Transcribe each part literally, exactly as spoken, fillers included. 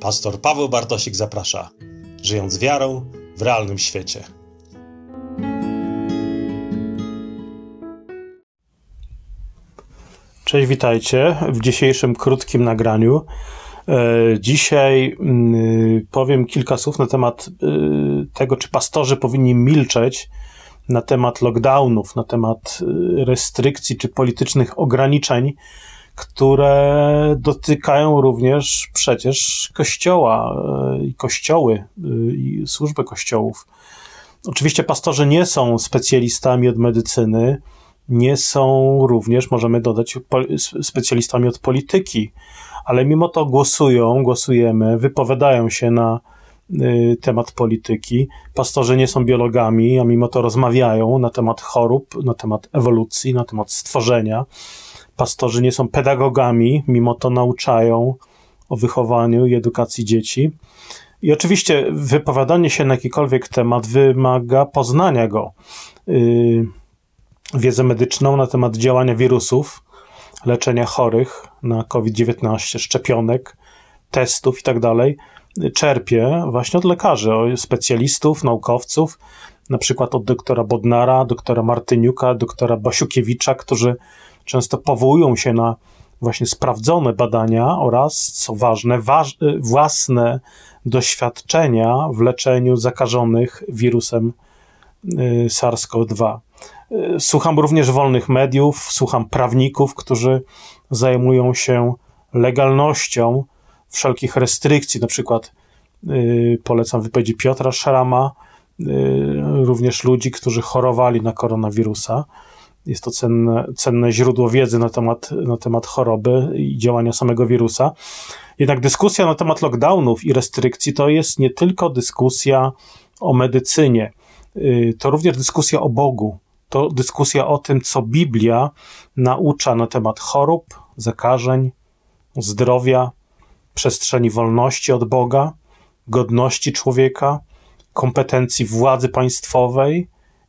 Pastor Paweł Bartosik zaprasza, żyjąc wiarą w realnym świecie. Cześć, witajcie w dzisiejszym krótkim nagraniu. Dzisiaj powiem kilka słów na temat tego, czy pastorzy powinni milczeć na temat lockdownów, na temat restrykcji czy politycznych ograniczeń, które dotykają również przecież Kościoła i kościoły i służby kościołów. Oczywiście pastorzy nie są specjalistami od medycyny, nie są również, możemy dodać, specjalistami od polityki, ale mimo to głosują, głosujemy, wypowiadają się na y, temat polityki. Pastorzy nie są biologami, a mimo to rozmawiają na temat chorób, na temat ewolucji, na temat stworzenia. Pastorzy nie są pedagogami, mimo to nauczają o wychowaniu i edukacji dzieci. I oczywiście wypowiadanie się na jakikolwiek temat wymaga poznania go. Y, wiedzę medyczną na temat działania wirusów, leczenia chorych na covid dziewiętnaście, szczepionek, testów i tak dalej, czerpię właśnie od lekarzy, specjalistów, naukowców, na przykład od doktora Bodnara, doktora Martyniuka, doktora Basiukiewicza, którzy często powołują się na właśnie sprawdzone badania oraz, co ważne, waż- własne doświadczenia w leczeniu zakażonych wirusem SARS-CoV dwa. Słucham również wolnych mediów, słucham prawników, którzy zajmują się legalnością wszelkich restrykcji. Na przykład yy, polecam wypowiedzi Piotra Szrama, yy, również ludzi, którzy chorowali na koronawirusa. Jest to cenne, cenne źródło wiedzy na temat, na temat choroby i działania samego wirusa. Jednak dyskusja na temat lockdownów i restrykcji to jest nie tylko dyskusja o medycynie, yy, to również dyskusja o Bogu. To dyskusja o tym, co Biblia naucza na temat chorób, zakażeń, zdrowia, przestrzeni wolności od Boga, godności człowieka, kompetencji władzy państwowej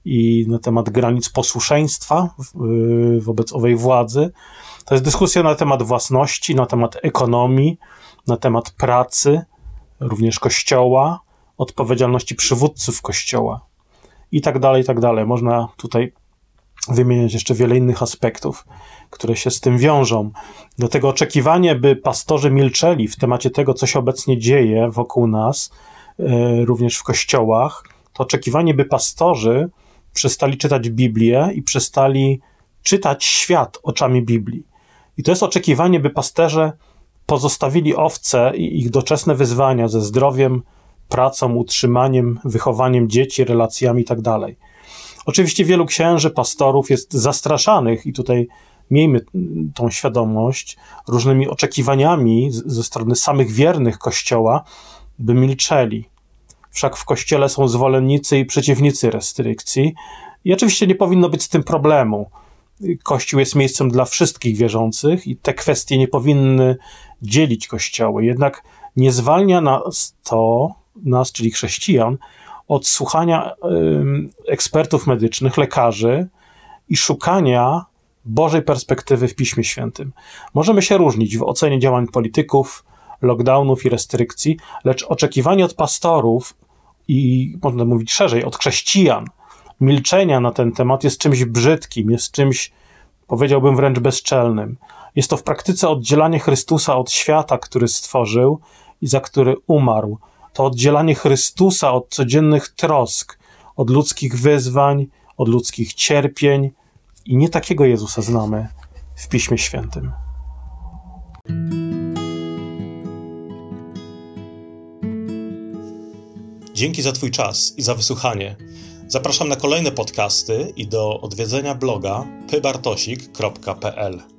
i na temat granic posłuszeństwa wobec owej władzy. To jest dyskusja na temat własności, na temat ekonomii, na temat pracy, również Kościoła, odpowiedzialności przywódców Kościoła. I tak dalej, i tak dalej. Można tutaj wymieniać jeszcze wiele innych aspektów, które się z tym wiążą. Dlatego oczekiwanie, by pastorzy milczeli w temacie tego, co się obecnie dzieje wokół nas, yy, również w kościołach, to oczekiwanie, by pastorzy przestali czytać Biblię i przestali czytać świat oczami Biblii. I to jest oczekiwanie, by pasterze pozostawili owce i ich doczesne wyzwania ze zdrowiem, pracą, utrzymaniem, wychowaniem dzieci, relacjami i tak dalej. Oczywiście wielu księży, pastorów jest zastraszanych i tutaj miejmy tą świadomość różnymi oczekiwaniami z, ze strony samych wiernych Kościoła, by milczeli. Wszak w Kościele są zwolennicy i przeciwnicy restrykcji i oczywiście nie powinno być z tym problemu. Kościół jest miejscem dla wszystkich wierzących i te kwestie nie powinny dzielić Kościoły. Jednak nie zwalnia nas to, nas, czyli chrześcijan, od słuchania y, ekspertów medycznych, lekarzy i szukania Bożej perspektywy w Piśmie Świętym. Możemy się różnić w ocenie działań polityków, lockdownów i restrykcji, lecz oczekiwanie od pastorów i, można mówić szerzej, od chrześcijan, milczenia na ten temat jest czymś brzydkim, jest czymś, powiedziałbym, wręcz bezczelnym. Jest to w praktyce oddzielanie Chrystusa od świata, który stworzył i za który umarł. To oddzielanie Chrystusa od codziennych trosk, od ludzkich wyzwań, od ludzkich cierpień i nie takiego Jezusa znamy w Piśmie Świętym. Dzięki za Twój czas i za wysłuchanie. Zapraszam na kolejne podcasty i do odwiedzenia bloga p bartosik kropka p l.